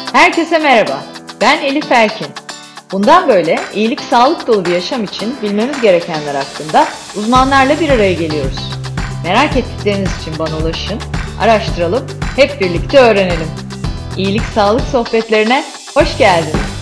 Herkese merhaba. Ben Elif Erkin. Bundan böyle iyilik, sağlık dolu bir yaşam için bilmemiz gerekenler hakkında uzmanlarla bir araya geliyoruz. Merak ettikleriniz için bana ulaşın, araştıralım, hep birlikte öğrenelim. İyilik, sağlık sohbetlerine hoş geldiniz.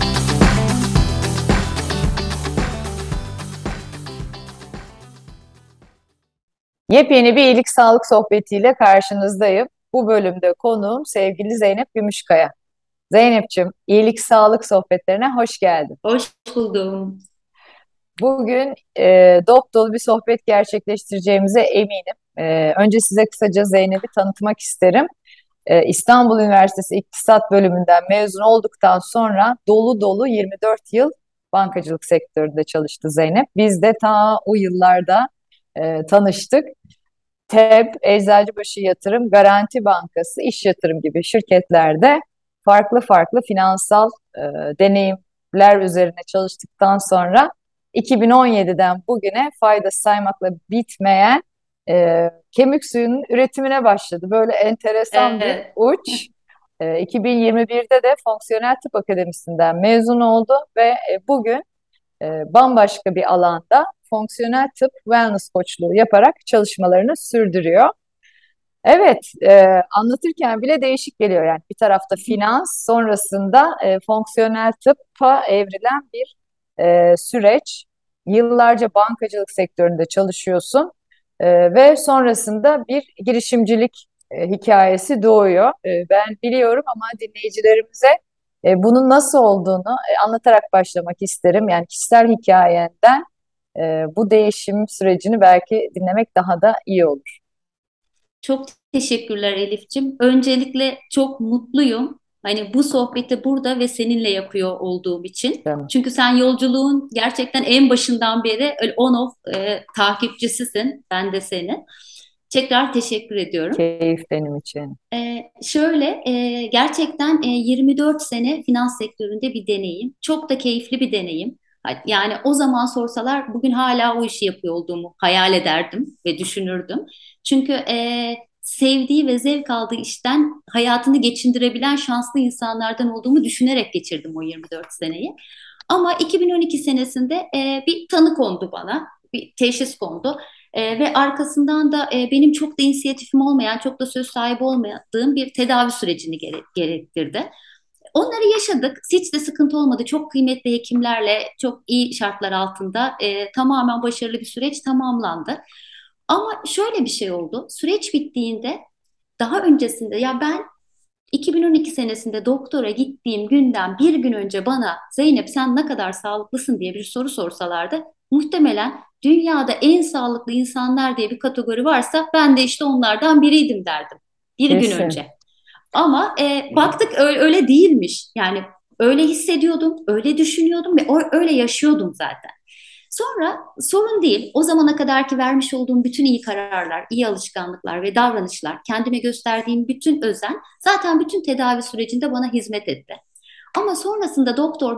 Yepyeni bir iyilik sağlık sohbetiyle karşınızdayım. Bu bölümde konuğum sevgili Zeynep Gümüşkaya. Zeynep'ciğim, iyilik sağlık sohbetlerine hoş geldin. Hoş buldum. Bugün dop dolu bir sohbet gerçekleştireceğimize eminim. Önce size kısaca Zeynep'i tanıtmak isterim. İstanbul Üniversitesi İktisat Bölümünden mezun olduktan sonra dolu dolu 24 yıl bankacılık sektöründe çalıştı Zeynep. Biz de ta o yıllarda tanıştık. TEB, Eczacıbaşı Yatırım, Garanti Bankası, İş Yatırım gibi şirketlerde farklı farklı finansal deneyimler üzerine çalıştıktan sonra 2017'den bugüne fayda saymakla bitmeyen kemik suyunun üretimine başladı. Böyle enteresan bir Evet, uç. 2021'de de Fonksiyonel Tıp Akademisi'nden mezun oldu ve bugün bambaşka bir alanda fonksiyonel tıp wellness koçluğu yaparak çalışmalarını sürdürüyor. Evet, anlatırken bile değişik geliyor yani. Bir tarafta finans, sonrasında fonksiyonel tıbba evrilen bir süreç. Yıllarca bankacılık sektöründe çalışıyorsun ve sonrasında bir girişimcilik hikayesi doğuyor. Ben biliyorum ama dinleyicilerimize bunun nasıl olduğunu anlatarak başlamak isterim. Yani kişisel hikayenden bu değişim sürecini belki dinlemek daha da iyi olur. çok teşekkürler Elifçim. Öncelikle çok mutluyum. Hani bu sohbeti burada ve seninle yapıyor olduğum için. Tamam. Çünkü sen yolculuğun gerçekten en başından beri on-off takipçisisin. Ben de seni. Tekrar teşekkür ediyorum. Keyif benim için. Gerçekten 24 sene finans sektöründe bir deneyim. Çok da keyifli bir deneyim. Yani o zaman sorsalar bugün hala o işi yapıyor olduğumu hayal ederdim ve düşünürdüm. Çünkü sevdiği ve zevk aldığı işten hayatını geçindirebilen şanslı insanlardan olduğumu düşünerek geçirdim o 24 seneyi. Ama 2012 senesinde bir tanı kondu bana, bir teşhis kondu. Ve arkasından da benim çok da inisiyatifim olmayan, çok da söz sahibi olmadığım bir tedavi sürecini gerektirdi. Onları yaşadık. Hiç de sıkıntı olmadı. Çok kıymetli hekimlerle, çok iyi şartlar altında tamamen başarılı bir süreç tamamlandı. Ama şöyle bir şey oldu. Süreç bittiğinde daha öncesinde ya ben 2012 senesinde doktora gittiğim günden bir gün önce bana Zeynep sen ne kadar sağlıklısın diye bir soru sorsalardı muhtemelen dünyada en sağlıklı insanlar diye bir kategori varsa ben de işte onlardan biriydim derdim bir gün Kesin. önce. Ama baktık öyle değilmiş. Yani öyle hissediyordum, öyle düşünüyordum ve öyle yaşıyordum zaten. Sonra sorun değil. O zamana kadarki vermiş olduğum bütün iyi kararlar, iyi alışkanlıklar ve davranışlar, kendime gösterdiğim bütün özen zaten bütün tedavi sürecinde bana hizmet etti. Ama sonrasında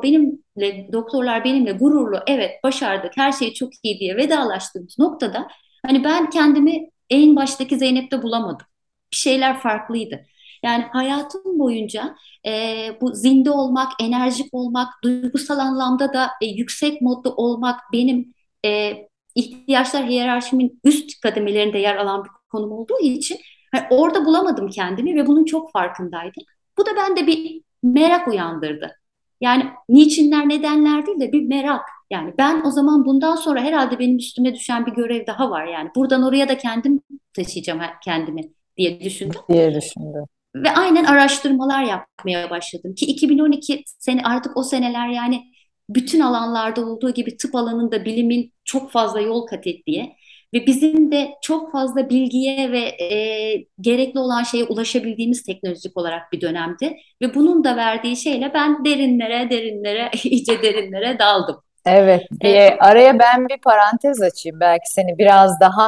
doktorlar benimle gururlu, evet başardık, her şey çok iyi diye vedalaştığımız noktada hani ben kendimi en baştaki Zeynep'te bulamadım. Bir şeyler farklıydı. Yani hayatım boyunca bu zinde olmak, enerjik olmak, duygusal anlamda da yüksek modda olmak benim e, ihtiyaçlar hiyerarşimin üst kademelerinde yer alan bir konum olduğu için hani orada bulamadım kendimi ve bunun çok farkındaydım. Bu da bende bir merak uyandırdı. Yani niçinler, nedenler değil de bir merak. Yani ben o zaman bundan sonra herhalde benim üstüme düşen bir görev daha var. Yani buradan oraya da kendim taşıyacağım kendimi diye düşündüm. Diye düşündüm. Ve aynen araştırmalar yapmaya başladım ki 2012 sene artık o seneler yani bütün alanlarda olduğu gibi tıp alanında bilimin çok fazla yol kat ettiği ve bizim de çok fazla bilgiye ve gerekli olan şeye ulaşabildiğimiz teknolojik olarak bir dönemdi. Ve bunun da verdiği şeyle ben derinlere derinlere iyice derinlere daldım. Evet, E, araya ben bir parantez açayım belki seni biraz daha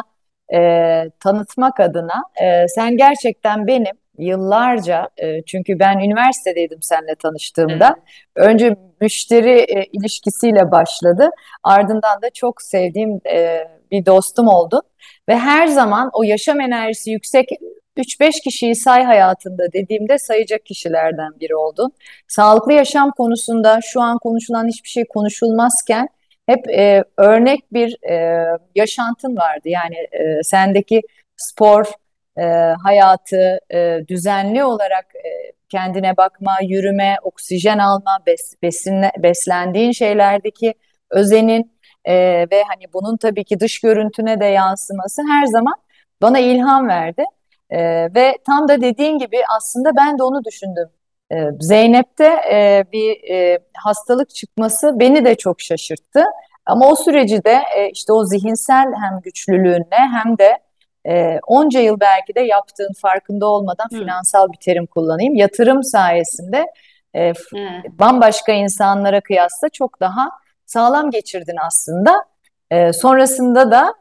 tanıtmak adına. Sen gerçekten benim yıllarca, çünkü ben üniversitedeydim seninle tanıştığımda. evet. Önce müşteri ilişkisiyle başladı. Ardından da çok sevdiğim bir dostum oldu. Ve her zaman o yaşam enerjisi yüksek 3-5 kişiyi say hayatında dediğimde sayacak kişilerden biri oldun. Sağlıklı yaşam konusunda şu an konuşulan hiçbir şey konuşulmazken hep örnek bir yaşantın vardı. Yani sendeki spor e, hayatı, düzenli olarak kendine bakma, yürüme, oksijen alma, beslendiğin şeylerdeki özenin ve hani bunun tabii ki dış görüntüne de yansıması her zaman bana ilham verdi. Ve tam da dediğin gibi aslında ben de onu düşündüm. Zeynep'te bir hastalık çıkması beni de çok şaşırttı. Ama o süreci de işte o zihinsel hem güçlülüğünle hem de onca yıl belki de yaptığın farkında olmadan Hı, finansal bir terim kullanayım. Yatırım sayesinde evet. bambaşka insanlara kıyasla çok daha sağlam geçirdin aslında. Sonrasında da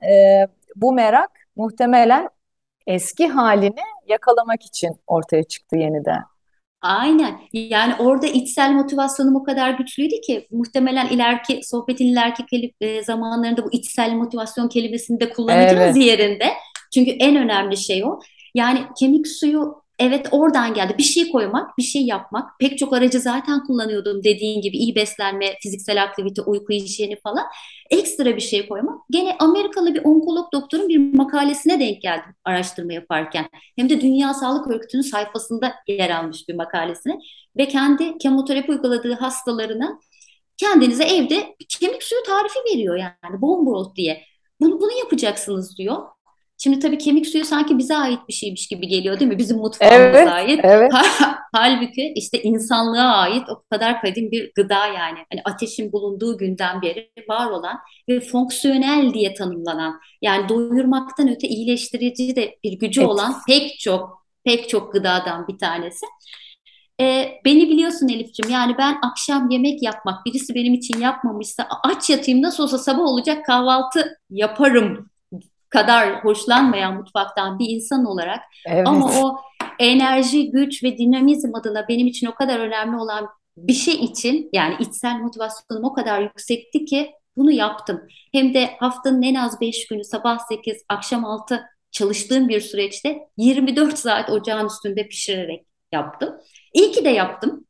bu merak muhtemelen eski halini yakalamak için ortaya çıktı yeniden. Aynen. Yani orada içsel motivasyonum o kadar güçlüydü ki muhtemelen sohbetin ileriki zamanlarında bu içsel motivasyon kelimesini de kullanacağız Evet, yerinde. Çünkü en önemli şey o. Yani kemik suyu evet oradan geldi. Bir şey koymak, bir şey yapmak. Pek çok aracı zaten kullanıyordum dediğin gibi iyi beslenme, fiziksel aktivite, uyku hijyeni falan. Ekstra bir şey koymak. Gene Amerikalı bir onkolog doktorun bir makalesine denk geldim araştırma yaparken. Hem de Dünya Sağlık Örgütü'nün sayfasında yer almış bir makalesine ve kendi kemoterapi uyguladığı hastalarına kendinize evde kemik suyu tarifi veriyor yani bone broth diye. Bunu yapacaksınız diyor. Şimdi tabii kemik suyu sanki bize ait bir şeymiş gibi geliyor değil mi? Bizim mutfağımıza evet, ait. evet. Halbuki işte insanlığa ait o kadar kadim bir gıda yani. Hani ateşin bulunduğu günden beri var olan ve fonksiyonel diye tanımlanan yani doyurmaktan öte iyileştirici de bir gücü Et. olan pek çok gıdadan bir tanesi. Beni biliyorsun Elif'ciğim yani ben akşam yemek yapmak birisi benim için yapmamışsa aç yatayım nasıl olsa sabah olacak kahvaltı yaparım kadar hoşlanmayan mutfaktan bir insan olarak ama Evet. o enerji, güç ve dinamizm adına benim için o kadar önemli olan bir şey için yani içsel motivasyonum o kadar yüksekti ki bunu yaptım. Hem de haftanın en az 5 günü sabah 8, akşam 6 çalıştığım bir süreçte 24 saat ocağın üstünde pişirerek yaptım. İyi ki de yaptım.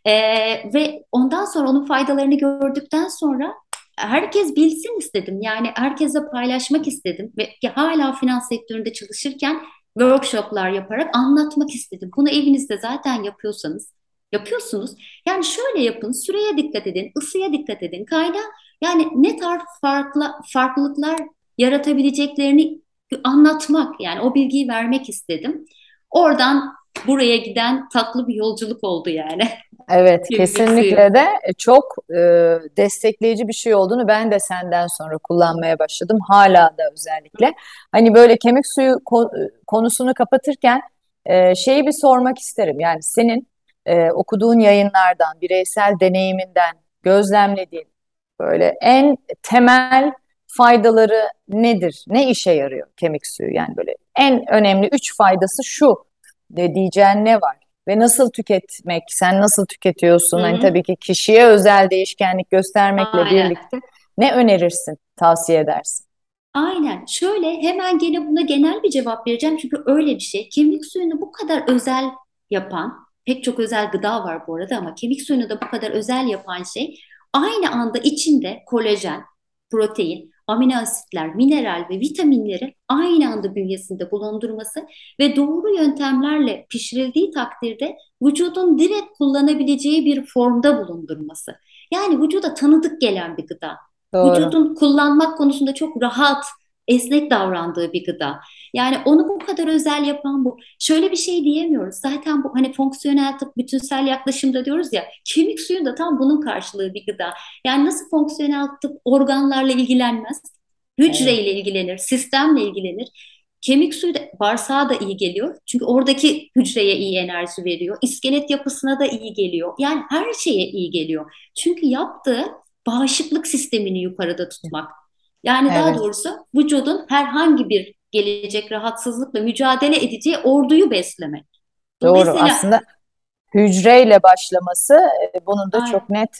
Ve ondan sonra onun faydalarını gördükten sonra herkes bilsin istedim. Yani herkese paylaşmak istedim ve hala finans sektöründe çalışırken workshoplar yaparak anlatmak istedim. Bunu evinizde zaten yapıyorsunuz. Yani şöyle yapın, süreye dikkat edin, ısıya dikkat edin, kaynağı yani ne tarz farklılıklar yaratabileceklerini anlatmak yani o bilgiyi vermek istedim. Oradan buraya giden tatlı bir yolculuk oldu yani. Evet, Kemik suyu. kesinlikle de çok destekleyici bir şey olduğunu ben de senden sonra kullanmaya başladım. Hala da özellikle. Hani böyle kemik suyu konusunu kapatırken şeyi bir sormak isterim. Yani senin okuduğun yayınlardan, bireysel deneyiminden gözlemlediğin böyle en temel faydaları nedir? Ne işe yarıyor kemik suyu? Yani böyle en önemli 3 faydası şu diyeceğin ne var? Ve nasıl tüketmek, sen nasıl Hı tüketiyorsun? Hani hı. tabii ki kişiye özel değişkenlik göstermekle Aynen. birlikte ne önerirsin, tavsiye edersin? Aynen. Şöyle hemen gene buna genel bir cevap vereceğim. Çünkü öyle bir şey. Kemik suyunu bu kadar özel yapan, pek çok özel gıda var bu arada ama kemik suyunu da bu kadar özel yapan şey aynı anda içinde kolajen, protein, amino asitler, mineral ve vitaminleri aynı anda bünyesinde bulundurması ve doğru yöntemlerle pişirildiği takdirde vücudun direkt kullanabileceği bir formda bulundurması. Yani vücuda tanıdık gelen bir gıda. Doğru. Vücudun kullanmak konusunda çok rahat, esnek davrandığı bir gıda. Yani onu bu kadar özel yapan bu. Şöyle bir şey diyemiyoruz. Zaten bu hani fonksiyonel tıp, bütünsel yaklaşımda diyoruz ya, kemik suyu da tam bunun karşılığı bir gıda. Yani nasıl fonksiyonel tıp organlarla ilgilenmez, Evet. hücreyle ilgilenir, sistemle ilgilenir. Kemik suyu da bağırsağa da iyi geliyor. Çünkü oradaki hücreye iyi enerji veriyor. İskelet yapısına da iyi geliyor. Yani her şeye iyi geliyor. Çünkü yaptığı bağışıklık sistemini yukarıda tutmak. Yani daha Evet. doğrusu vücudun herhangi bir gelecek rahatsızlıkla mücadele edeceği orduyu beslemek. Doğru. Dolayısıyla Aslında hücreyle başlaması bunun da ay, çok net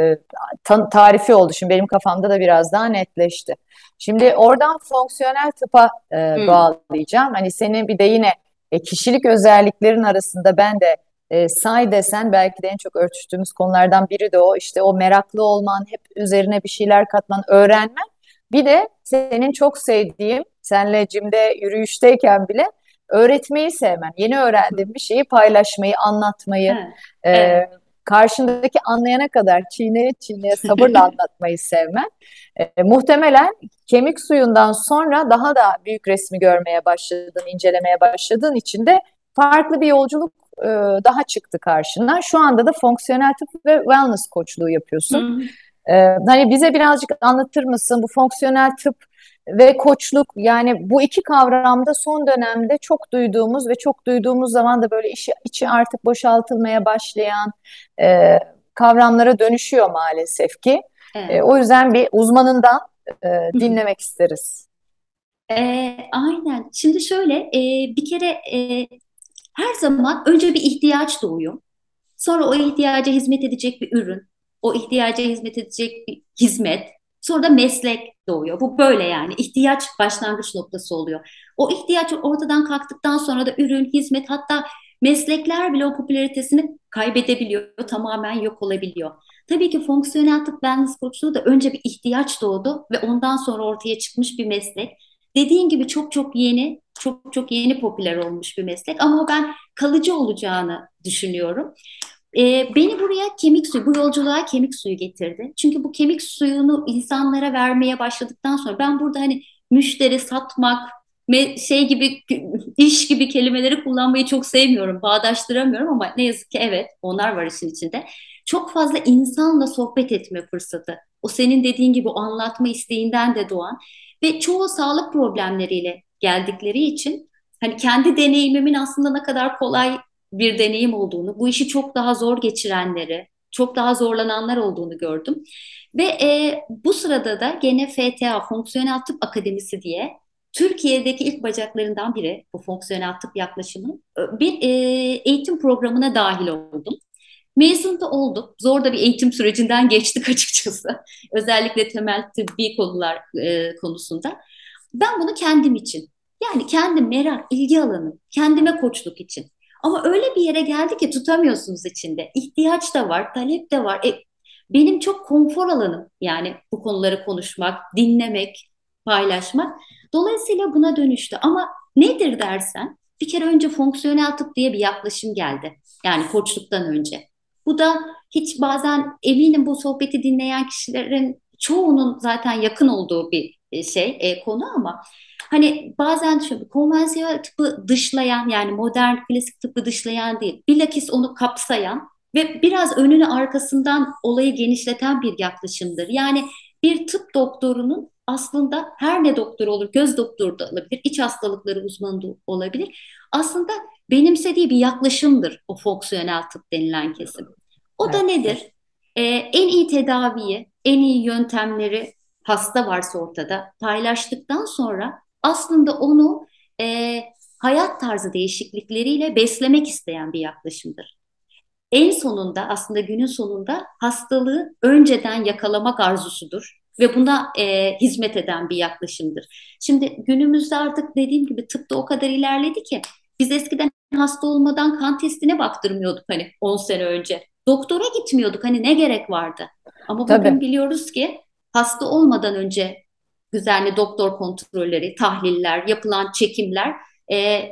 tarifi oldu. Şimdi benim kafamda da biraz daha netleşti. Şimdi evet. oradan fonksiyonel tıpa Hmm, bağlayacağım. Hani senin bir de yine kişilik özelliklerin arasında ben de say desen belki de en çok örtüştüğümüz konulardan biri de o. İşte o meraklı olman, hep üzerine bir şeyler katman, öğrenmen. Bir de senin çok sevdiğim, senle jimde yürüyüşteyken bile öğretmeyi sevmen. Yeni öğrendiğin bir şeyi paylaşmayı, anlatmayı, Evet. e, Evet. karşındaki anlayana kadar çiğneye çiğneye sabırla anlatmayı sevmen. Muhtemelen kemik suyundan sonra daha da büyük resmi görmeye başladın, incelemeye başladığın için de farklı bir yolculuk e, daha çıktı karşına. Şu anda da fonksiyonel tıp ve wellness koçluğu yapıyorsun. Hı. Hani bize birazcık anlatır mısın bu fonksiyonel tıp ve koçluk, yani bu iki kavramda son dönemde çok duyduğumuz ve çok duyduğumuz zaman da böyle içi artık boşaltılmaya başlayan kavramlara dönüşüyor maalesef ki. Evet. O yüzden bir uzmanından dinlemek isteriz. Aynen. Şimdi şöyle, bir kere her zaman önce bir ihtiyaç doğuyor. Sonra o ihtiyaca hizmet edecek bir ürün, o ihtiyaca hizmet edecek bir hizmet, sonra da meslek doğuyor. Bu böyle yani ihtiyaç başlangıç noktası oluyor. O ihtiyaç ortadan kalktıktan sonra da ürün, hizmet, hatta meslekler bile o popülaritesini kaybedebiliyor, tamamen yok olabiliyor. Tabii ki fonksiyonel tıp wellness koçluğu da önce bir ihtiyaç doğdu ve ondan sonra ortaya çıkmış bir meslek. Dediğin gibi çok çok yeni, çok çok yeni popüler olmuş bir meslek ama ben kalıcı olacağını düşünüyorum. Beni buraya kemik suyu, bu yolculuğa kemik suyu getirdi. Çünkü bu kemik suyunu insanlara vermeye başladıktan sonra ben burada hani müşteri satmak, şey gibi, iş gibi kelimeleri kullanmayı çok sevmiyorum, bağdaştıramıyorum ama ne yazık ki evet, onlar var işin içinde. Çok fazla insanla sohbet etme fırsatı. O senin dediğin gibi o anlatma isteğinden de doğan ve çoğu sağlık problemleriyle geldikleri için hani kendi deneyimimin aslında ne kadar kolay bir deneyim olduğunu, bu işi çok daha zor geçirenleri, çok daha zorlananlar olduğunu gördüm. Ve bu sırada da gene FTA, Fonksiyonel Tıp Akademisi diye Türkiye'deki ilk bacaklarından biri bu fonksiyonel tıp yaklaşımının bir eğitim programına dahil oldum. Mezun da olduk. Zor da bir eğitim sürecinden geçtik açıkçası. Özellikle temel tıbbi konular konusunda. Ben bunu kendim için, yani kendi merak, ilgi alanım, kendime koçluk için. Ama öyle bir yere geldi ki tutamıyorsunuz içinde. İhtiyaç da var, talep de var. Benim çok konfor alanım yani bu konuları konuşmak, dinlemek, paylaşmak. Dolayısıyla buna dönüştü. Ama nedir dersen, bir kere önce fonksiyonel tıp diye bir yaklaşım geldi. Yani koçluktan önce. Bu da hiç bazen eminim bu sohbeti dinleyen kişilerin çoğunun zaten yakın olduğu bir konu ama hani bazen şu konvansiyonel tıpı dışlayan yani modern klasik tıpı dışlayan değil bilakis onu kapsayan ve biraz önünü arkasından olayı genişleten bir yaklaşımdır. Yani bir tıp doktorunun aslında her ne doktor olur, göz doktoru da olabilir, iç hastalıkları uzmanı da olabilir. Aslında benimsediği bir yaklaşımdır o fonksiyonel tıp denilen kesim. O da Evet. nedir? En iyi tedaviyi, en iyi yöntemleri hasta varsa ortada paylaştıktan sonra aslında onu e, hayat tarzı değişiklikleriyle beslemek isteyen bir yaklaşımdır. En sonunda aslında günün sonunda hastalığı önceden yakalamak arzusudur ve buna hizmet eden bir yaklaşımdır. Şimdi günümüzde artık dediğim gibi tıpta o kadar ilerledi ki biz eskiden hasta olmadan kan testine baktırmıyorduk hani 10 sene önce. Doktora gitmiyorduk hani ne gerek vardı. Ama Tabii. bugün biliyoruz ki hasta olmadan önce düzenli doktor kontrolleri, tahliller, yapılan çekimler e,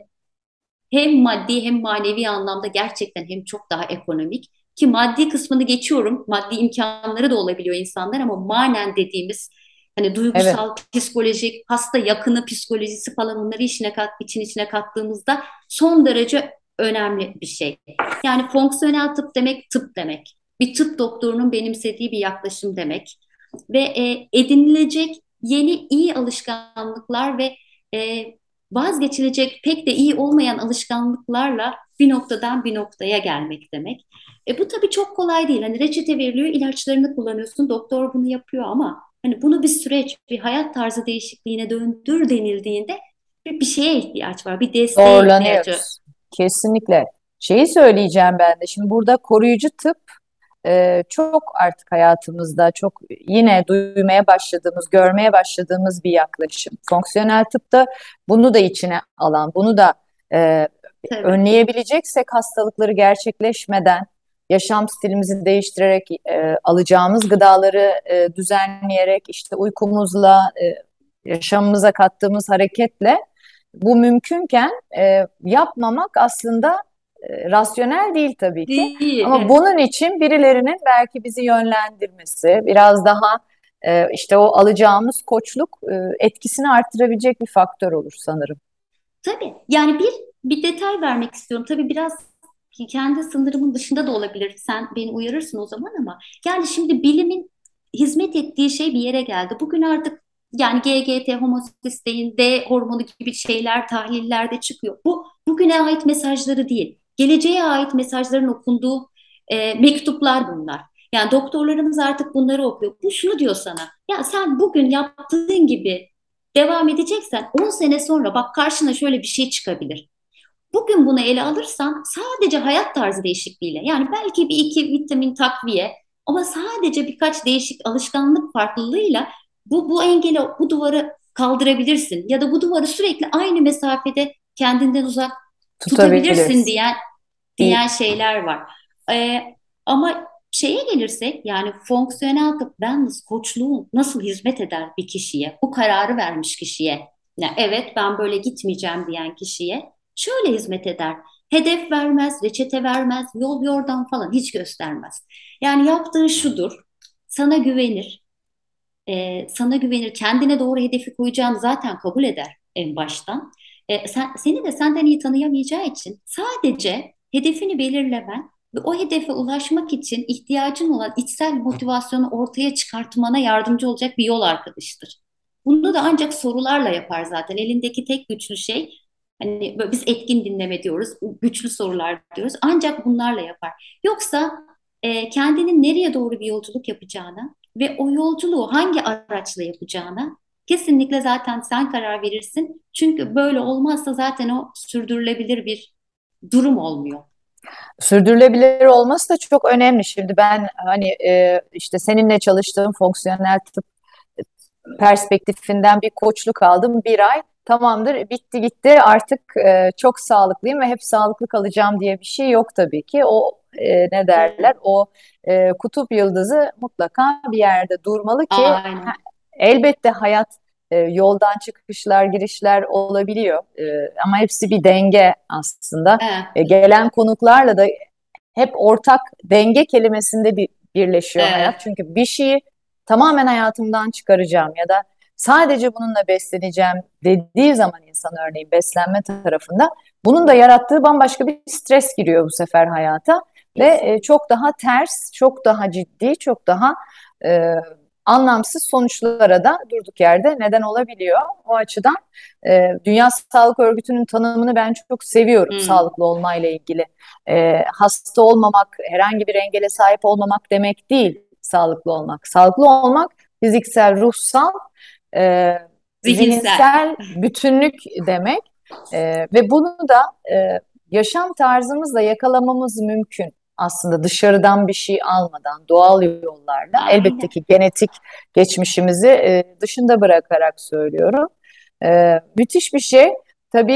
hem maddi hem manevi anlamda gerçekten hem çok daha ekonomik. Ki maddi kısmını geçiyorum. Maddi imkanları da olabiliyor insanlar ama manen dediğimiz hani Evet. duygusal, psikolojik, hasta yakını psikolojisi falan onları için içine kattığımızda son derece önemli bir şey. Yani fonksiyonel tıp demek tıp demek. Bir tıp doktorunun benimsediği bir yaklaşım demek. Ve edinilecek yeni iyi alışkanlıklar ve e, vazgeçilecek pek de iyi olmayan alışkanlıklarla bir noktadan bir noktaya gelmek demek. Bu tabii çok kolay değil. Hani reçete veriliyor, ilaçlarını kullanıyorsun, doktor bunu yapıyor ama hani bunu bir süreç, bir hayat tarzı değişikliğine döndür denildiğinde bir şeye ihtiyaç var, bir desteğe ihtiyacı. Zorlanıyoruz. Kesinlikle. Şeyi söyleyeceğim ben de. Şimdi burada koruyucu tıp çok artık hayatımızda çok yine duymaya başladığımız, görmeye başladığımız bir yaklaşım. Fonksiyonel tıp da bunu da içine alan, bunu da tabii. Önleyebileceksek hastalıkları gerçekleşmeden yaşam stilimizi değiştirerek, alacağımız gıdaları düzenleyerek, işte uykumuzla, yaşamımıza kattığımız hareketle bu mümkünken yapmamak aslında rasyonel değil tabii ki. Değil. Ama bunun için birilerinin belki bizi yönlendirmesi, biraz daha işte o alacağımız koçluk etkisini arttırabilecek bir faktör olur sanırım. Tabii. Yani bir detay vermek istiyorum. Tabii biraz kendi sınırımın dışında da olabilir. Sen beni uyarırsın o zaman ama yani şimdi bilimin hizmet ettiği şey bir yere geldi. Bugün artık yani GGT, homosistein, D hormonu gibi şeyler tahlillerde çıkıyor. Bu bugüne ait mesajları değil. Geleceğe ait mesajların okunduğu mektuplar bunlar. Yani doktorlarımız artık bunları okuyor. Bu şunu diyor sana. Ya sen bugün yaptığın gibi devam edeceksen 10 sene sonra bak karşına şöyle bir şey çıkabilir. Bugün bunu ele alırsan sadece hayat tarzı değişikliğiyle yani belki bir iki vitamin takviye ama sadece birkaç değişik alışkanlık farklılığıyla bu engeli bu duvarı kaldırabilirsin ya da bu duvarı sürekli aynı mesafede kendinden uzak tutabilirsin Tutabiliriz. diyen şeyler var. Ee, ama şeye gelirsek yani fonksiyonel tıp wellness koçluğu nasıl hizmet eder bir kişiye? Bu kararı vermiş kişiye. Yani evet ben böyle gitmeyeceğim diyen kişiye şöyle hizmet eder. Hedef vermez, reçete vermez, yol yordam falan hiç göstermez. Yani yaptığı şudur. Sana güvenir, sana güvenir, kendine doğru hedefi koyacağını zaten kabul eder en baştan. Seni de senden iyi tanıyamayacağı için sadece hedefini belirlemen ve o hedefe ulaşmak için ihtiyacın olan içsel motivasyonu ortaya çıkartmana yardımcı olacak bir yol arkadaşıdır. Bunu da ancak sorularla yapar zaten. Elindeki tek güçlü şey hani böyle biz etkin dinleme diyoruz, güçlü sorular diyoruz. Ancak bunlarla yapar. Yoksa kendinin nereye doğru bir yolculuk yapacağını ve o yolculuğu hangi araçla yapacağına kesinlikle zaten sen karar verirsin. Çünkü böyle olmazsa zaten o sürdürülebilir bir durum olmuyor. Sürdürülebilir olması da çok önemli. Şimdi ben hani işte seninle çalıştığım fonksiyonel tıp perspektifinden bir koçluk aldım. Bir ay tamamdır, bitti gitti, artık çok sağlıklıyım ve hep sağlıklı kalacağım diye bir şey yok tabii ki. O ne derler, o kutup yıldızı mutlaka bir yerde durmalı ki Aynen. elbette hayat yoldan çıkışlar, girişler olabiliyor. Ama hepsi bir denge aslında. Gelen konuklarla da hep ortak denge kelimesinde birleşiyor hayat. Evet. Çünkü bir şeyi tamamen hayatımdan çıkaracağım ya da sadece bununla besleneceğim dediği zaman insan, örneğin beslenme tarafında, bunun da yarattığı bambaşka bir stres giriyor bu sefer hayata ve Kesin. çok daha ters, çok daha ciddi, çok daha e, anlamsız sonuçlara da durduk yerde neden olabiliyor. O açıdan Dünya Sağlık Örgütü'nün tanımını ben çok seviyorum Hmm. sağlıklı olmayla ilgili. Hasta olmamak, herhangi bir engele sahip olmamak demek değil sağlıklı olmak. Sağlıklı olmak fiziksel, ruhsal, e, Zihinsel. zihinsel bütünlük demek. Ve bunu da yaşam tarzımızla yakalamamız mümkün. Aslında dışarıdan bir şey almadan, doğal yollarla, elbette Aynen. ki genetik geçmişimizi dışında bırakarak söylüyorum. Müthiş bir şey. Tabii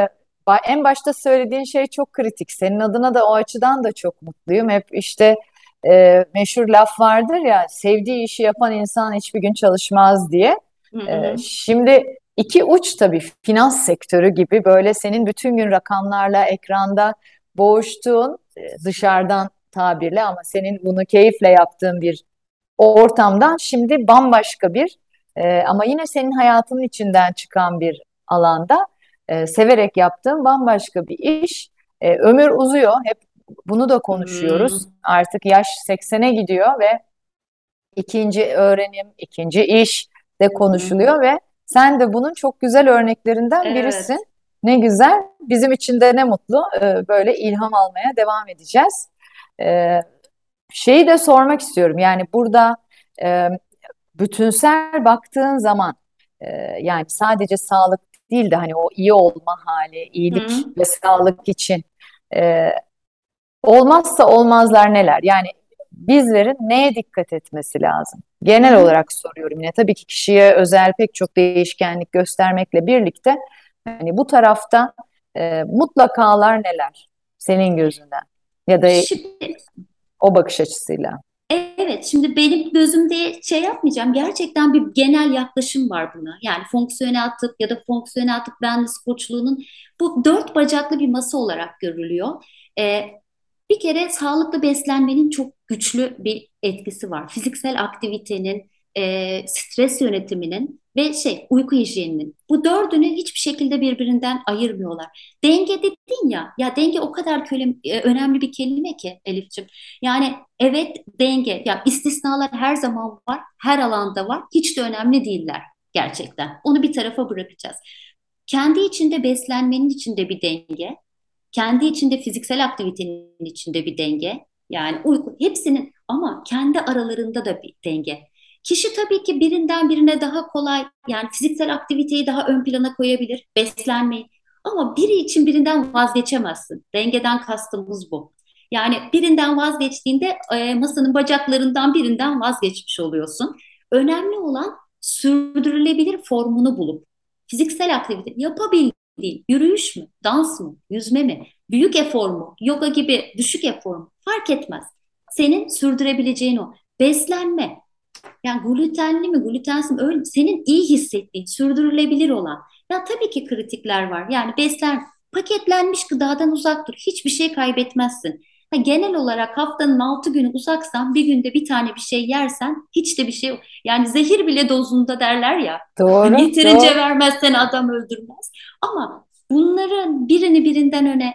en başta söylediğin şey çok kritik. Senin adına da o açıdan da çok mutluyum. Hep işte meşhur laf vardır ya, sevdiği işi yapan insan hiçbir gün çalışmaz diye. Hı hı. Şimdi iki uç tabii, finans sektörü gibi böyle senin bütün gün rakamlarla ekranda boğuştuğun, dışarıdan tabirle ama senin bunu keyifle yaptığın bir ortamdan şimdi bambaşka bir ama yine senin hayatının içinden çıkan bir alanda severek yaptığın bambaşka bir iş. Ömür uzuyor. Hep bunu da konuşuyoruz. Hmm. Artık yaş 80'e gidiyor ve ikinci öğrenim, ikinci iş de Hı hı. konuşuluyor ve sen de bunun çok güzel örneklerinden birisin. Evet. Ne güzel. Bizim için de ne mutlu. Böyle ilham almaya devam edeceğiz. E, Şeyi de sormak istiyorum. Yani burada e, bütünsel baktığın zaman e, yani sadece sağlık değil de hani o iyi olma hali, Hı. iyilik ve sağlık için e, olmazsa olmazlar neler? Yani bizlerin neye dikkat etmesi lazım? Hı Genel hı. olarak soruyorum yine. Tabii ki kişiye özel pek çok değişkenlik göstermekle birlikte hani bu tarafta mutlakalar neler senin gözünden ya da Şimdi o bakış açısıyla? evet, şimdi benim gözümde şey yapmayacağım. Gerçekten bir genel yaklaşım var buna. Yani fonksiyonel tıp ya da fonksiyonel tıp wellness koçluğunun bu dört bacaklı bir masa olarak görülüyor. Ee, Bir kere sağlıklı beslenmenin çok güçlü bir etkisi var. Fiziksel aktivitenin, stres yönetiminin ve uyku hijyeninin. Bu dördünü hiçbir şekilde birbirinden ayırmıyorlar. Denge dedin ya, ya denge o kadar önemli bir kelime ki Elif'ciğim. Yani evet, denge, ya istisnalar her zaman var, her alanda var. Hiç de önemli değiller gerçekten. Onu bir tarafa bırakacağız. Kendi içinde beslenmenin içinde bir denge, kendi içinde fiziksel aktivitenin içinde bir denge, yani uyku, hepsinin ama kendi aralarında da bir denge. Kişi tabii ki birinden birine daha kolay, yani fiziksel aktiviteyi daha ön plana koyabilir, beslenmeyi, ama biri için birinden vazgeçemezsin. Dengeden kastımız bu. Yani birinden vazgeçtiğinde masanın bacaklarından birinden vazgeçmiş oluyorsun. Önemli olan sürdürülebilir formunu bulup fiziksel aktivite yapabildiğin, yürüyüş mü, dans mı, yüzme mi, büyük efor mu, yoga gibi düşük efor mu fark etmez. Senin sürdürebileceğin o. Beslenme, yani glutenli mi, glutensiz mi, öyle senin iyi hissettiğin, sürdürülebilir olan. Ya tabii ki kritikler var. Yani paketlenmiş gıdadan uzak dur. Hiçbir şey kaybetmezsin. Ha, genel olarak haftanın 6 günü uzaksan, bir günde bir tane bir şey yersen hiç de bir şey yok. Yani zehir bile dozunda derler ya. Doğru, Yeterince doğru. vermezsen adam öldürmez. Ama bunların birini birinden öne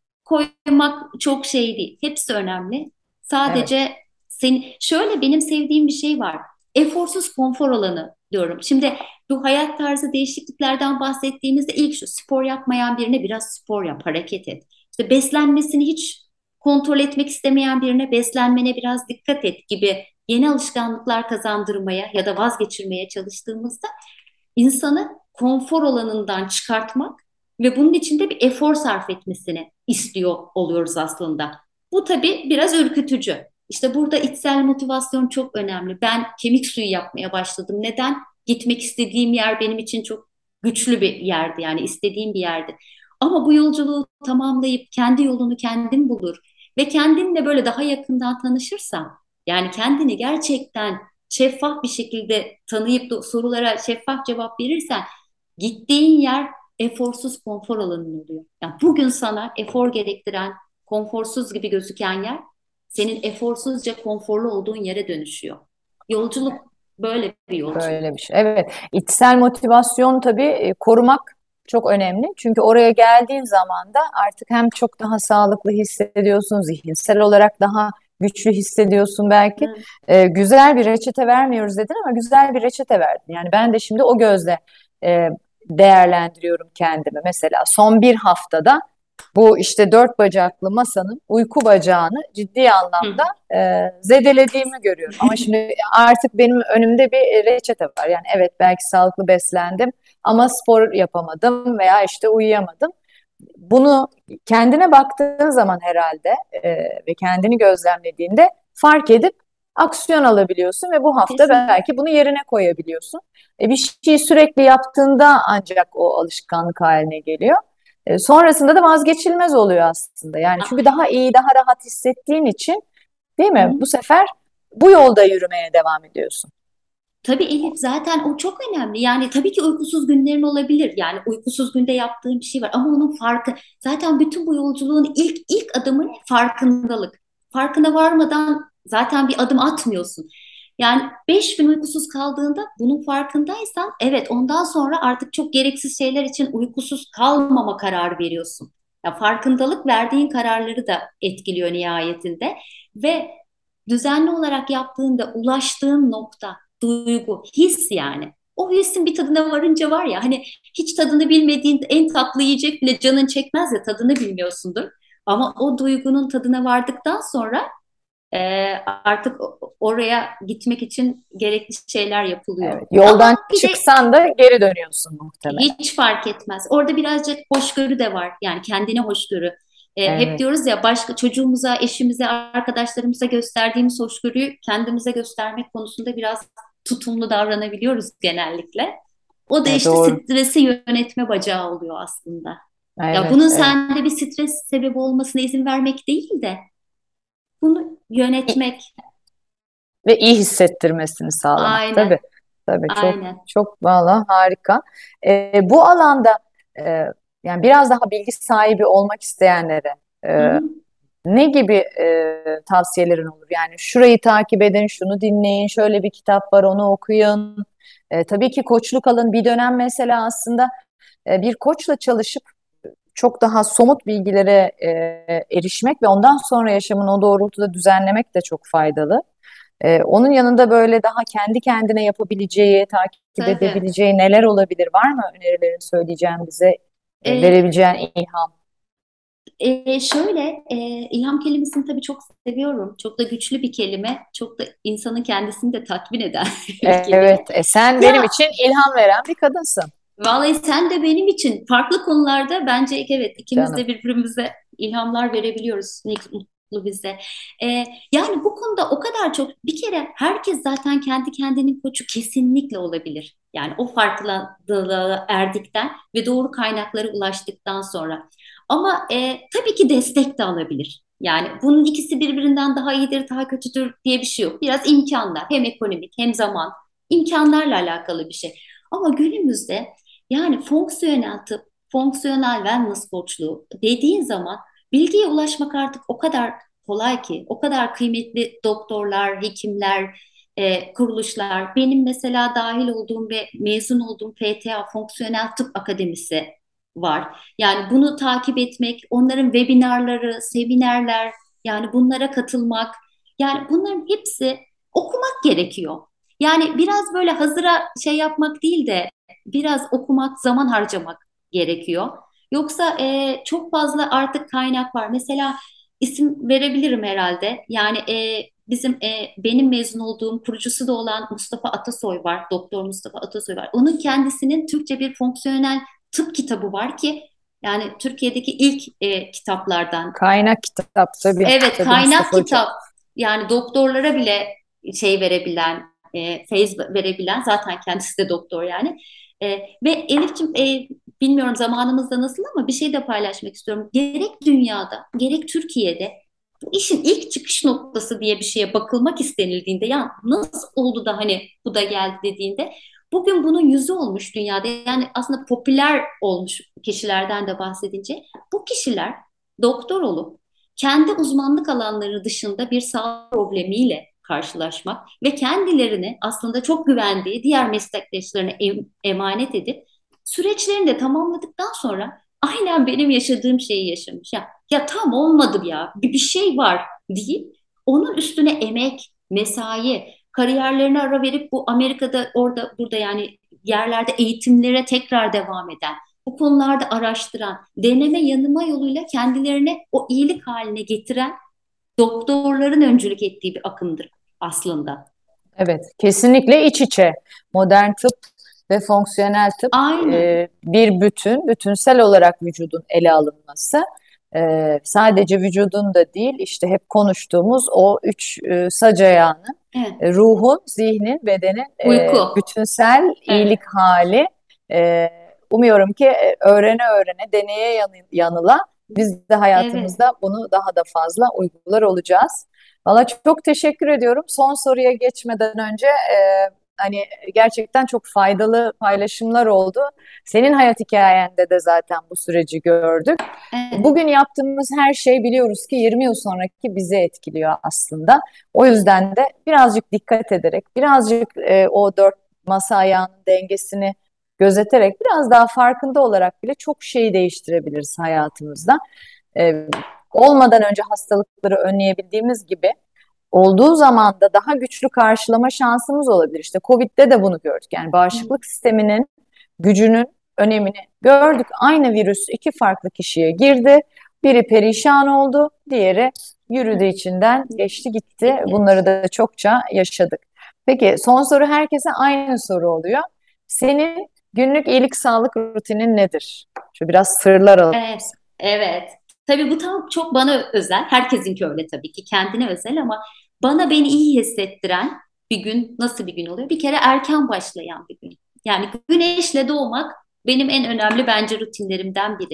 koymak çok şey değil. Hepsi önemli. Evet. Sadece şöyle, benim sevdiğim bir şey var. Eforsuz konfor alanı diyorum. Şimdi bu hayat tarzı değişikliklerden bahsettiğimizde ilk şu: spor yapmayan birine biraz spor yap, hareket et. İşte beslenmesini hiç kontrol etmek istemeyen birine beslenmene biraz dikkat et gibi yeni alışkanlıklar kazandırmaya ya da vazgeçirmeye çalıştığımızda insanı konfor alanından çıkartmak ve bunun için de bir efor sarf etmesini istiyor oluyoruz aslında. Bu tabii biraz ürkütücü. İşte burada içsel motivasyon çok önemli. Ben kemik suyu yapmaya başladım. Neden? Gitmek istediğim yer benim için çok güçlü bir yerdi. Yani istediğim bir yerdi. Ama bu yolculuğu tamamlayıp kendi yolunu kendin bulur ve kendinle böyle daha yakından tanışırsan, yani kendini gerçekten şeffaf bir şekilde tanıyıp da sorulara şeffaf cevap verirsen, gittiğin yer eforsuz konfor alanın oluyor. Yani bugün sana efor gerektiren, konforsuz gibi gözüken yer senin eforsuzca konforlu olduğun yere dönüşüyor. Yolculuk böyle bir yolculuk. Böyle bir şey. Evet. İçsel motivasyon tabii korumak çok önemli. Çünkü oraya geldiğin zaman da artık hem çok daha sağlıklı hissediyorsun, zihinsel olarak daha güçlü hissediyorsun belki. Hı. Güzel bir reçete vermiyoruz dedin ama güzel bir reçete verdin. Yani ben de şimdi o gözle e, değerlendiriyorum kendimi. Mesela son bir haftada bu işte dört bacaklı masanın uyku bacağını ciddi Hı. anlamda zedelediğimi görüyorum. Ama şimdi artık benim önümde bir reçete var. Yani evet, belki sağlıklı beslendim ama spor yapamadım veya işte uyuyamadım. Bunu kendine baktığın zaman herhalde ve kendini gözlemlediğinde fark edip aksiyon alabiliyorsun ve bu hafta Kesinlikle. belki bunu yerine koyabiliyorsun. Bir şeyi sürekli yaptığında ancak o alışkanlık haline geliyor. Sonrasında da vazgeçilmez oluyor aslında. Yani çünkü daha iyi, daha rahat hissettiğin için, değil mi? Hı. Bu sefer bu yolda yürümeye devam ediyorsun. Tabii Elif, zaten o çok önemli. Yani tabii ki uykusuz günlerin olabilir. Yani uykusuz günde yaptığın bir şey var ama onun farkı. Zaten bütün bu yolculuğun ilk adımı ne? Farkındalık. Farkına varmadan zaten bir adım atmıyorsun. Yani 5 gün uykusuz kaldığında bunun farkındaysan, evet, ondan sonra artık çok gereksiz şeyler için uykusuz kalmama kararı veriyorsun. Ya farkındalık verdiğin kararları da etkiliyor nihayetinde ve düzenli olarak yaptığında ulaştığın nokta, duygu, his yani. O hissin bir tadına varınca var ya, hani hiç tadını bilmediğin en tatlı yiyecek bile canın çekmez ya, tadını bilmiyorsundur. Ama o duygunun tadına vardıktan sonra artık oraya gitmek için gerekli şeyler yapılıyor. Evet, yoldan Ama bir de çıksan da geri dönüyorsun muhtemelen. hiç fark etmez. Orada birazcık hoşgörü de var. Yani kendine hoşgörü. Hep Evet, diyoruz ya, başka çocuğumuza, eşimize, arkadaşlarımıza gösterdiğimiz hoşgörüyü kendimize göstermek konusunda biraz tutumlu davranabiliyoruz genellikle. O da işte doğru. stresi yönetme bacağı oluyor aslında. Ya Evet, bunun evet. sende bir stres sebebi olmasına izin vermek değil de bunu yönetmek. Ve iyi hissettirmesini sağlamak. Aynen, Tabii, tabii çok aynen. çok valla harika. Bu alanda e, yani biraz daha bilgi sahibi olmak isteyenlere Hı e, hı. ne gibi tavsiyelerin olur? Yani şurayı takip edin, şunu dinleyin, şöyle bir kitap var onu okuyun. Tabii ki koçluk alın. Bir dönem mesela aslında bir koçla çalışıp çok daha somut bilgilere erişmek ve ondan sonra yaşamını o doğrultuda düzenlemek de çok faydalı. Onun yanında böyle daha kendi kendine yapabileceği, takip Tabii. edebileceği neler olabilir? Var mı önerilerin söyleyeceğin bize, E, verebileceğin ilham? Şöyle, ilham kelimesini tabii çok seviyorum. Çok da güçlü bir kelime. Çok da insanın kendisini de tatmin eden bir kelime. Evet, sen benim Ya için ilham veren bir kadınsın vallahi sen de benim için farklı konularda bence evet ikimiz canım. de birbirimize ilhamlar verebiliyoruz. Ne mutlu bize. Yani bu konuda o kadar çok bir kere herkes zaten kendi kendinin koçu kesinlikle olabilir. Yani o farklılığa erdikten ve doğru kaynaklara ulaştıktan sonra. Ama tabii ki destek de alabilir. Yani bunun ikisi birbirinden daha iyidir, daha kötüdür diye bir şey yok. Biraz imkanlar, hem ekonomik hem zaman, imkanlarla alakalı bir şey. Ama günümüzde yani fonksiyonel tıp, fonksiyonel wellness koçluğu dediğin zaman bilgiye ulaşmak artık o kadar kolay ki, o kadar kıymetli doktorlar, hekimler, kuruluşlar. Benim mesela dahil olduğum ve mezun olduğum FTA, Fonksiyonel Tıp Akademisi var. Yani bunu takip etmek, onların webinarları, seminerler, yani bunlara katılmak, yani bunların hepsi okumak gerekiyor. Yani biraz böyle hazıra şey yapmak değil de biraz okumak, zaman harcamak gerekiyor. Yoksa çok fazla artık kaynak var. Mesela isim verebilirim herhalde. Yani benim mezun olduğum kurucusu da olan Mustafa Atasoy var. Doktor Mustafa Atasoy var. Onun kendisinin Türkçe bir fonksiyonel tıp kitabı var ki yani Türkiye'deki ilk kitaplardan. Kaynak kitap tabii, Evet, tabii kaynak Mustafa Hoca. kitap. Yani doktorlara bile şey verebilen, feyz verebilen zaten kendisi de doktor yani. Ve Elif'ciğim bilmiyorum zamanımızda nasıl ama bir şey de paylaşmak istiyorum. Gerek dünyada gerek Türkiye'de bu işin ilk çıkış noktası diye bir şeye bakılmak istenildiğinde ya nasıl oldu da hani bu da geldi dediğinde bugün bunun yüzü olmuş dünyada. Yani aslında popüler olmuş kişilerden de bahsedince bu kişiler doktor olup kendi uzmanlık alanları dışında bir sağlık problemiyle karşılaşmak ve kendilerini aslında çok güvendiği diğer meslektaşlarına emanet edip süreçlerini de tamamladıktan sonra aynen benim yaşadığım şeyi yaşamış. Ya tam olmadı ya bir şey var deyip onun üstüne emek, mesai, kariyerlerine ara verip bu Amerika'da orada burada yani yerlerde eğitimlere tekrar devam eden bu konularda araştıran, deneme yanılma yoluyla kendilerine o iyilik haline getiren doktorların öncülük ettiği bir akımdır aslında. Evet, kesinlikle iç içe. Modern tıp ve fonksiyonel tıp Aynen. bir bütün, bütünsel olarak vücudun ele alınması. Sadece vücudun da değil, işte hep konuştuğumuz o üç sac ayağının, Evet. ruhun, zihnin, bedenin Uyku. bütünsel iyilik Evet. hali. E, Umuyorum ki öğrene öğrene, deneye yanıla biz de Evet. hayatımızda bunu daha da fazla uygular olacağız. Valla çok teşekkür ediyorum. Son soruya geçmeden önce hani gerçekten çok faydalı paylaşımlar oldu. Senin hayat hikayende de zaten bu süreci gördük. Evet. Bugün yaptığımız her şey biliyoruz ki 20 yıl sonraki bizi etkiliyor aslında. O yüzden de birazcık dikkat ederek, birazcık o dört masa ayağının dengesini gözeterek, biraz daha farkında olarak bile çok şeyi değiştirebiliriz hayatımızda. E, Olmadan önce hastalıkları önleyebildiğimiz gibi olduğu zaman da daha güçlü karşılama şansımız olabilir. İşte Covid'de de bunu gördük. Yani bağışıklık sisteminin gücünün önemini gördük. Aynı virüs iki farklı kişiye girdi. Biri perişan oldu, diğeri yürüdü içinden, geçti gitti. Gitti. Bunları da çokça yaşadık. Peki son soru herkese aynı soru oluyor. Senin günlük iyilik sağlık rutinin nedir? Şu biraz sırlar alalım. Evet. Evet. Tabii bu tam çok bana özel. Herkesinki öyle tabii ki. Kendine özel ama beni iyi hissettiren bir gün nasıl bir gün oluyor? Bir kere erken başlayan bir gün. Yani güneşle doğmak benim en önemli bence rutinlerimden biri.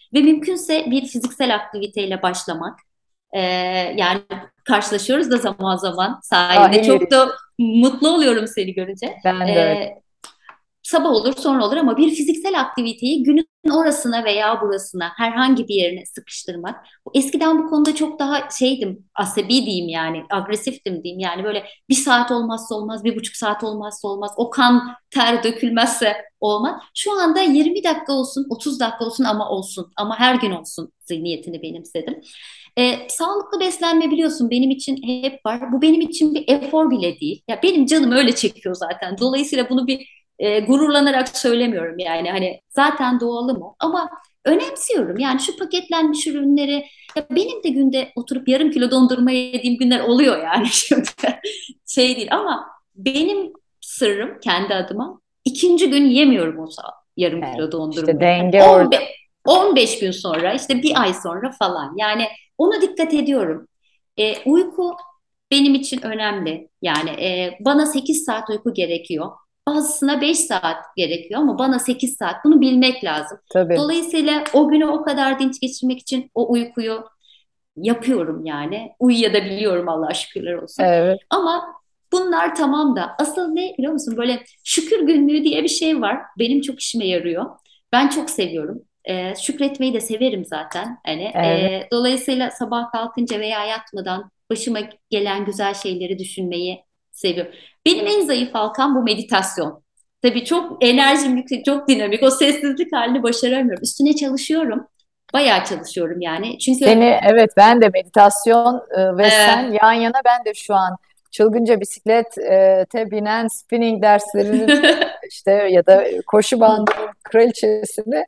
Ve mümkünse bir fiziksel aktiviteyle başlamak. Ee, Yani karşılaşıyoruz da zaman zaman sahilde. Sahil Çok da yürüyüşü. mutlu oluyorum seni görünce. Ben de öyle. Ee, Sabah olur, sonra olur ama bir fiziksel aktiviteyi günün orasına veya burasına, herhangi bir yerine sıkıştırmak. Eskiden bu konuda çok daha şeydim, asabi diyeyim yani, agresiftim diyeyim. Yani böyle bir saat olmazsa olmaz, 1,5 saat olmazsa olmaz, o kan ter dökülmezse olmaz. Şu anda 20 dakika olsun, 30 dakika olsun ama olsun, ama her gün olsun zihniyetini benimsedim. Sağlıklı beslenme biliyorsun benim için hep var. Bu benim için bir efor bile değil. Ya benim canım öyle çekiyor zaten. Dolayısıyla bunu bir gururlanarak söylemiyorum yani hani zaten doğalım o ama önemsiyorum yani şu paketlenmiş ürünleri, ya benim de günde oturup yarım kilo dondurma yediğim günler oluyor yani şimdi şey değil ama benim sırrım kendi adıma ikinci gün yemiyorum o yarım Evet. kilo İşte dondurmayı, hani denge orada. 15 gün sonra, işte bir ay sonra falan, yani ona dikkat ediyorum. Uyku benim için önemli yani, bana 8 saat uyku gerekiyor. Bazısına 5 saat gerekiyor ama bana 8 saat. Bunu bilmek lazım. Tabii. Dolayısıyla o günü o kadar dinç geçirmek için o uykuyu yapıyorum yani. Uyuyabiliyorum Allah'a şükürler olsun. Evet. Ama bunlar tamam da asıl ne biliyor musun? Böyle şükür günlüğü diye bir şey var. Benim çok işime yarıyor. Ben çok seviyorum. Şükretmeyi de severim zaten. Hani Evet. dolayısıyla sabah kalkınca veya yatmadan başıma gelen güzel şeyleri düşünmeyi seviyorum. Benim en zayıf halkam bu meditasyon. Tabii çok enerjim yüksek, çok dinamik. O sessizlik halini başaramıyorum. Üstüne çalışıyorum. Bayağı çalışıyorum yani. Çünkü Evet, ben de meditasyon ve sen e, yan yana, ben de şu an çılgınca bisiklete binen spinning derslerinin işte ya da koşu bandının kraliçesini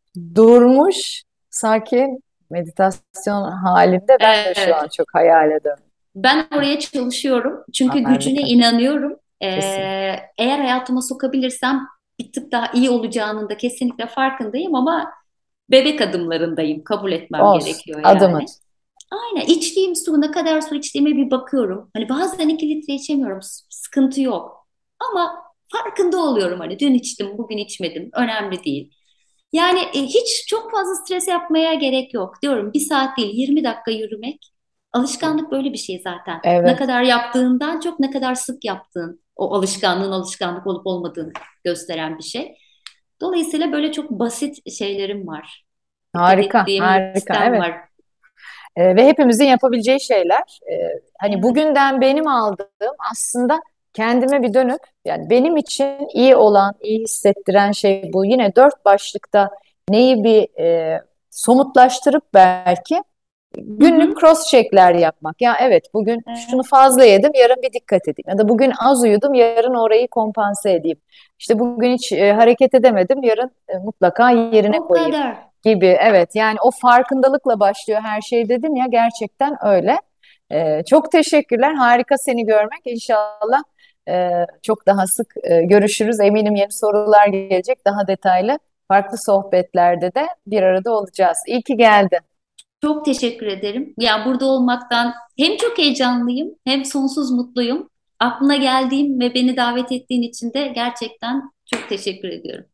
durmuş sakin meditasyon halinde ben de şu an evet, çok hayal ediyorum. ben oraya çalışıyorum. Çünkü gücüne Harika. inanıyorum. Kesin. Eğer hayatıma sokabilirsem bir tık daha iyi olacağının da kesinlikle farkındayım ama bebek adımlarındayım. Kabul etmem Olsun. gerekiyor Adım yani. adım. Aynen, içtiğim su, ne kadar su içtiğime bir bakıyorum. Hani bazen 2 litre içemiyorum, sıkıntı yok. Ama farkında oluyorum, hani dün içtim bugün içmedim, önemli değil. Yani hiç çok fazla stres yapmaya gerek yok diyorum. 1 saat değil, 20 dakika yürümek. Alışkanlık böyle bir şey zaten. Ne Evet. kadar yaptığından çok ne kadar sık yaptığın, o alışkanlığın alışkanlık olup olmadığını gösteren bir şey. Dolayısıyla böyle çok basit şeylerim var. Dikkat Harika, ettiğim harika. listem Evet. var. Ve hepimizin yapabileceği şeyler. Hani Evet. bugünden benim aldığım aslında kendime bir dönüp, yani benim için iyi olan, iyi hissettiren şey bu. Yine dört başlıkta neyi bir somutlaştırıp belki Hı günlük hı. cross check'ler yapmak. Ya evet, bugün şunu Evet. fazla yedim, yarın bir dikkat edeyim. Ya da bugün az uyudum, yarın orayı kompanse edeyim. İşte bugün hiç hareket edemedim, yarın mutlaka yerine O koyayım kadar. gibi. Evet, yani o farkındalıkla başlıyor her şey dedin ya, gerçekten öyle. Çok teşekkürler. Harika seni görmek. İnşallah çok daha sık görüşürüz. Eminim yeni sorular gelecek. Daha detaylı farklı sohbetlerde de bir arada olacağız. İyi ki geldin. Çok teşekkür ederim. Ya burada olmaktan hem çok heyecanlıyım hem sonsuz mutluyum. Aklına geldiğim ve beni davet ettiğin için de gerçekten çok teşekkür ediyorum.